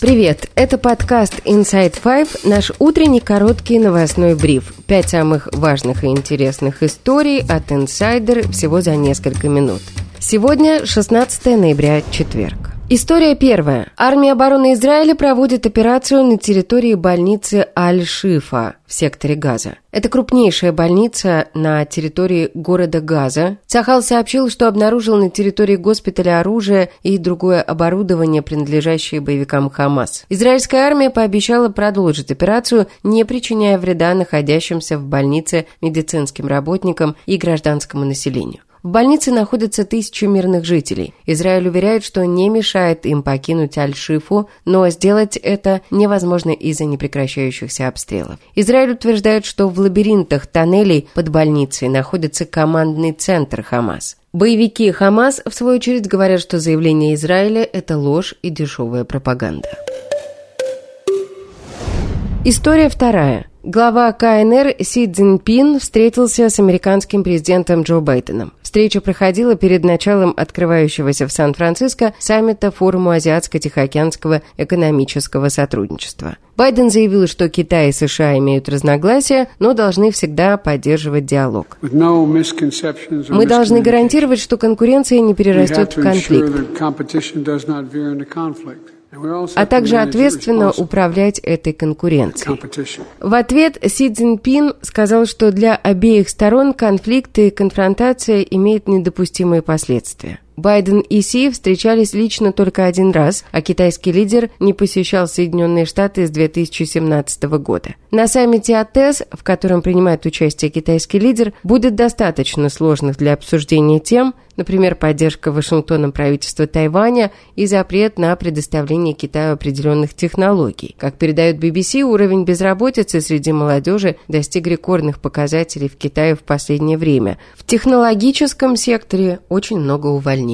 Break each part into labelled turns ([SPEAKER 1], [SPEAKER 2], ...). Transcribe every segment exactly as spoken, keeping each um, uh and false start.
[SPEAKER 1] Привет, это подкаст Inside Five, наш утренний короткий новостной бриф. Пять самых важных и интересных историй от Insider всего за несколько минут. Сегодня шестнадцатое ноября, четверг. История первая. Армия обороны Израиля проводит операцию на территории больницы Аль-Шифа в секторе Газа. Это крупнейшая больница на территории города Газа. Цахал сообщил, что обнаружил на территории госпиталя оружие и другое оборудование, принадлежащее боевикам Хамас. Израильская армия пообещала продолжить операцию, не причиняя вреда находящимся в больнице медицинским работникам и гражданскому населению. В больнице находятся тысячи мирных жителей. Израиль уверяет, что не мешает им покинуть Аль-Шифу, но сделать это невозможно из-за непрекращающихся обстрелов. Израиль утверждает, что в лабиринтах тоннелей под больницей находится командный центр Хамас. Боевики Хамас, в свою очередь, говорят, что заявление Израиля – это ложь и дешевая пропаганда. История вторая. Глава ка эн эр Си Цзиньпин встретился с американским президентом Джо Байденом. Встреча проходила перед началом открывающегося в Сан-Франциско саммита форума Азиатско-Тихоокеанского экономического сотрудничества. Байден заявил, что Китай и США имеют разногласия, но должны всегда поддерживать диалог. Мы должны гарантировать, что конкуренция не перерастет в конфликт, а также ответственно управлять этой конкуренцией. В ответ Си Цзиньпин сказал, что для обеих сторон конфликты и конфронтация имеют недопустимые последствия. Байден и Си встречались лично только один раз, а китайский лидер не посещал Соединенные Штаты с две тысячи семнадцатого года. На саммите АТЭС, в котором принимает участие китайский лидер, будет достаточно сложных для обсуждения тем, например, поддержка Вашингтоном правительства Тайваня и запрет на предоставление Китаю определенных технологий. Как передает би би си, уровень безработицы среди молодежи достиг рекордных показателей в Китае в последнее время. В технологическом секторе очень много увольнений.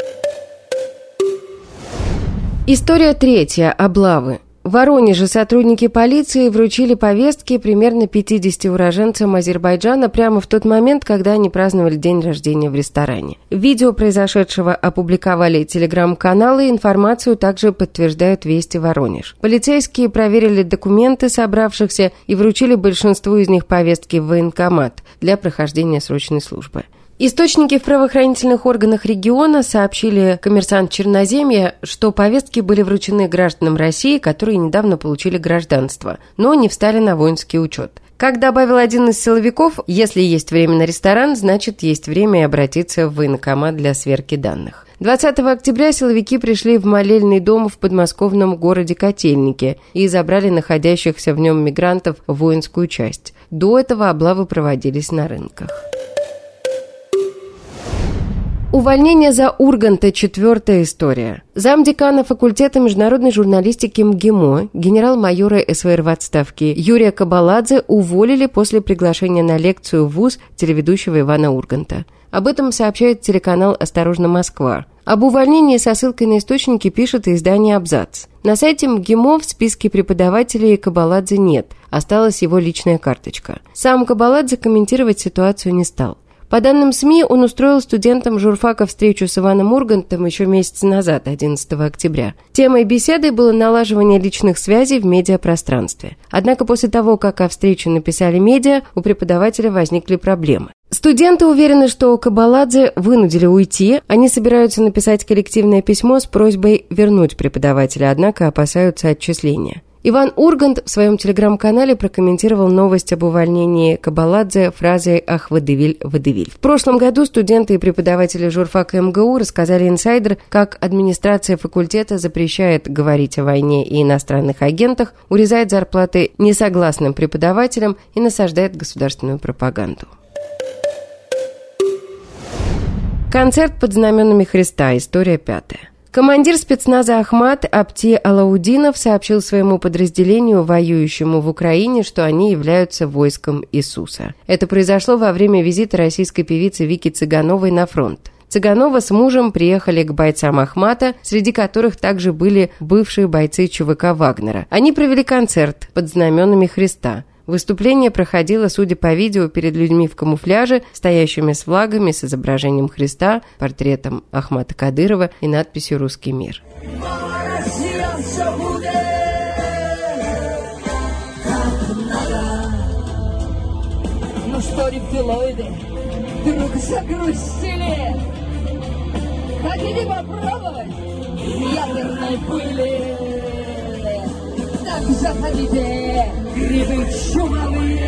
[SPEAKER 1] История третья. Облавы. В Воронеже сотрудники полиции вручили повестки примерно пятидесяти уроженцам Азербайджана прямо в тот момент, когда они праздновали день рождения в ресторане. Видео произошедшего опубликовали телеграм-каналы, информацию также подтверждают «Вести Воронеж». Полицейские проверили документы собравшихся и вручили большинству из них повестки в военкомат для прохождения срочной службы. Источники в правоохранительных органах региона сообщили «Коммерсант Черноземья», что повестки были вручены гражданам России, которые недавно получили гражданство, но не встали на воинский учет. Как добавил один из силовиков, если есть время на ресторан, значит есть время и обратиться в военкомат для сверки данных. двадцатого октября силовики пришли в молельный дом в подмосковном городе Котельнике и забрали находящихся в нем мигрантов в воинскую часть. До этого облавы проводились на рынках. Увольнение за Урганта. Четвертая история. Замдекана факультета международной журналистики МГИМО, генерал-майора эс вэ эр в отставке Юрия Кабаладзе уволили после приглашения на лекцию в вуз телеведущего Ивана Урганта. Об этом сообщает телеканал «Осторожно, Москва». Об увольнении со ссылкой на источники пишет издание «Абзац». На сайте МГИМО в списке преподавателей Кабаладзе нет, осталась его личная карточка. Сам Кабаладзе комментировать ситуацию не стал. По данным СМИ, он устроил студентам журфака встречу с Иваном Ургантом еще месяц назад, одиннадцатого октября. Темой беседы было налаживание личных связей в медиапространстве. Однако после того, как о встрече написали медиа, у преподавателя возникли проблемы. Студенты уверены, что Кабаладзе вынудили уйти. Они собираются написать коллективное письмо с просьбой вернуть преподавателя, однако опасаются отчисления. Иван Ургант в своем телеграм-канале прокомментировал новость об увольнении Кабаладзе фразой «Ах, водевиль, водевиль». В прошлом году студенты и преподаватели журфака эм гэ у рассказали «Инсайдер», как администрация факультета запрещает говорить о войне и иностранных агентах, урезает зарплаты несогласным преподавателям и насаждает государственную пропаганду. Концерт под знаменами Христа. История пятая. Командир спецназа Ахмад Апти Алаудинов сообщил своему подразделению, воюющему в Украине, что они являются войском Иисуса. Это произошло во время визита российской певицы Вики Цыгановой на фронт. Цыганова с мужем приехали к бойцам Ахмата, среди которых также были бывшие бойцы ЧВК Вагнера. Они провели концерт под знаменами Христа. Выступление проходило, судя по видео, перед людьми в камуфляже, стоящими с флагами с изображением Христа, портретом Ахмата Кадырова и надписью «Русский мир».
[SPEAKER 2] нас все будет как надо. Ну что, рептилоиды, вдруг загрустили? Хотите попробовать ядерной пыли? Так заходите, грибы чумовые,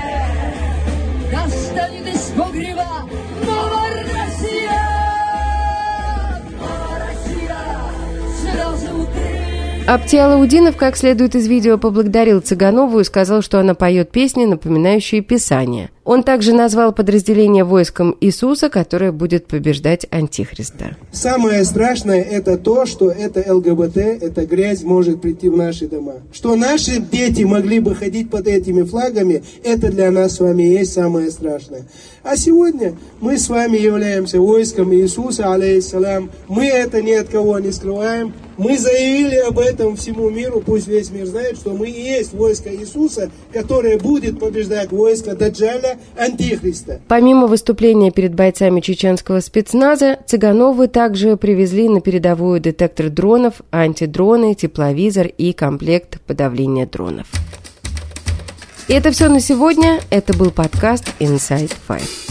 [SPEAKER 2] достанет из погреба новая Россия, новая Россия, сразу утром.
[SPEAKER 1] Апти Алаудинов, как следует из видео, поблагодарил Цыганову и сказал, что она поет песни, напоминающие Писание. Он также назвал подразделение войском Иисуса, которое будет побеждать Антихриста.
[SPEAKER 3] Самое страшное это то, что это ЛГБТ, эта грязь может прийти в наши дома. Что наши дети могли бы ходить под этими флагами, это для нас с вами и есть самое страшное. А сегодня мы с вами являемся войском Иисуса, алейхиссалям. Мы это ни от кого не скрываем. Мы заявили об этом всему миру, пусть весь мир знает, что мы и есть войско Иисуса, которое будет побеждать войско Даджаля, Антихриста.
[SPEAKER 1] Помимо выступления перед бойцами чеченского спецназа, Цыгановы также привезли на передовую детектор дронов, антидроны, тепловизор и комплект подавления дронов. И это все на сегодня. Это был подкаст Inside Five.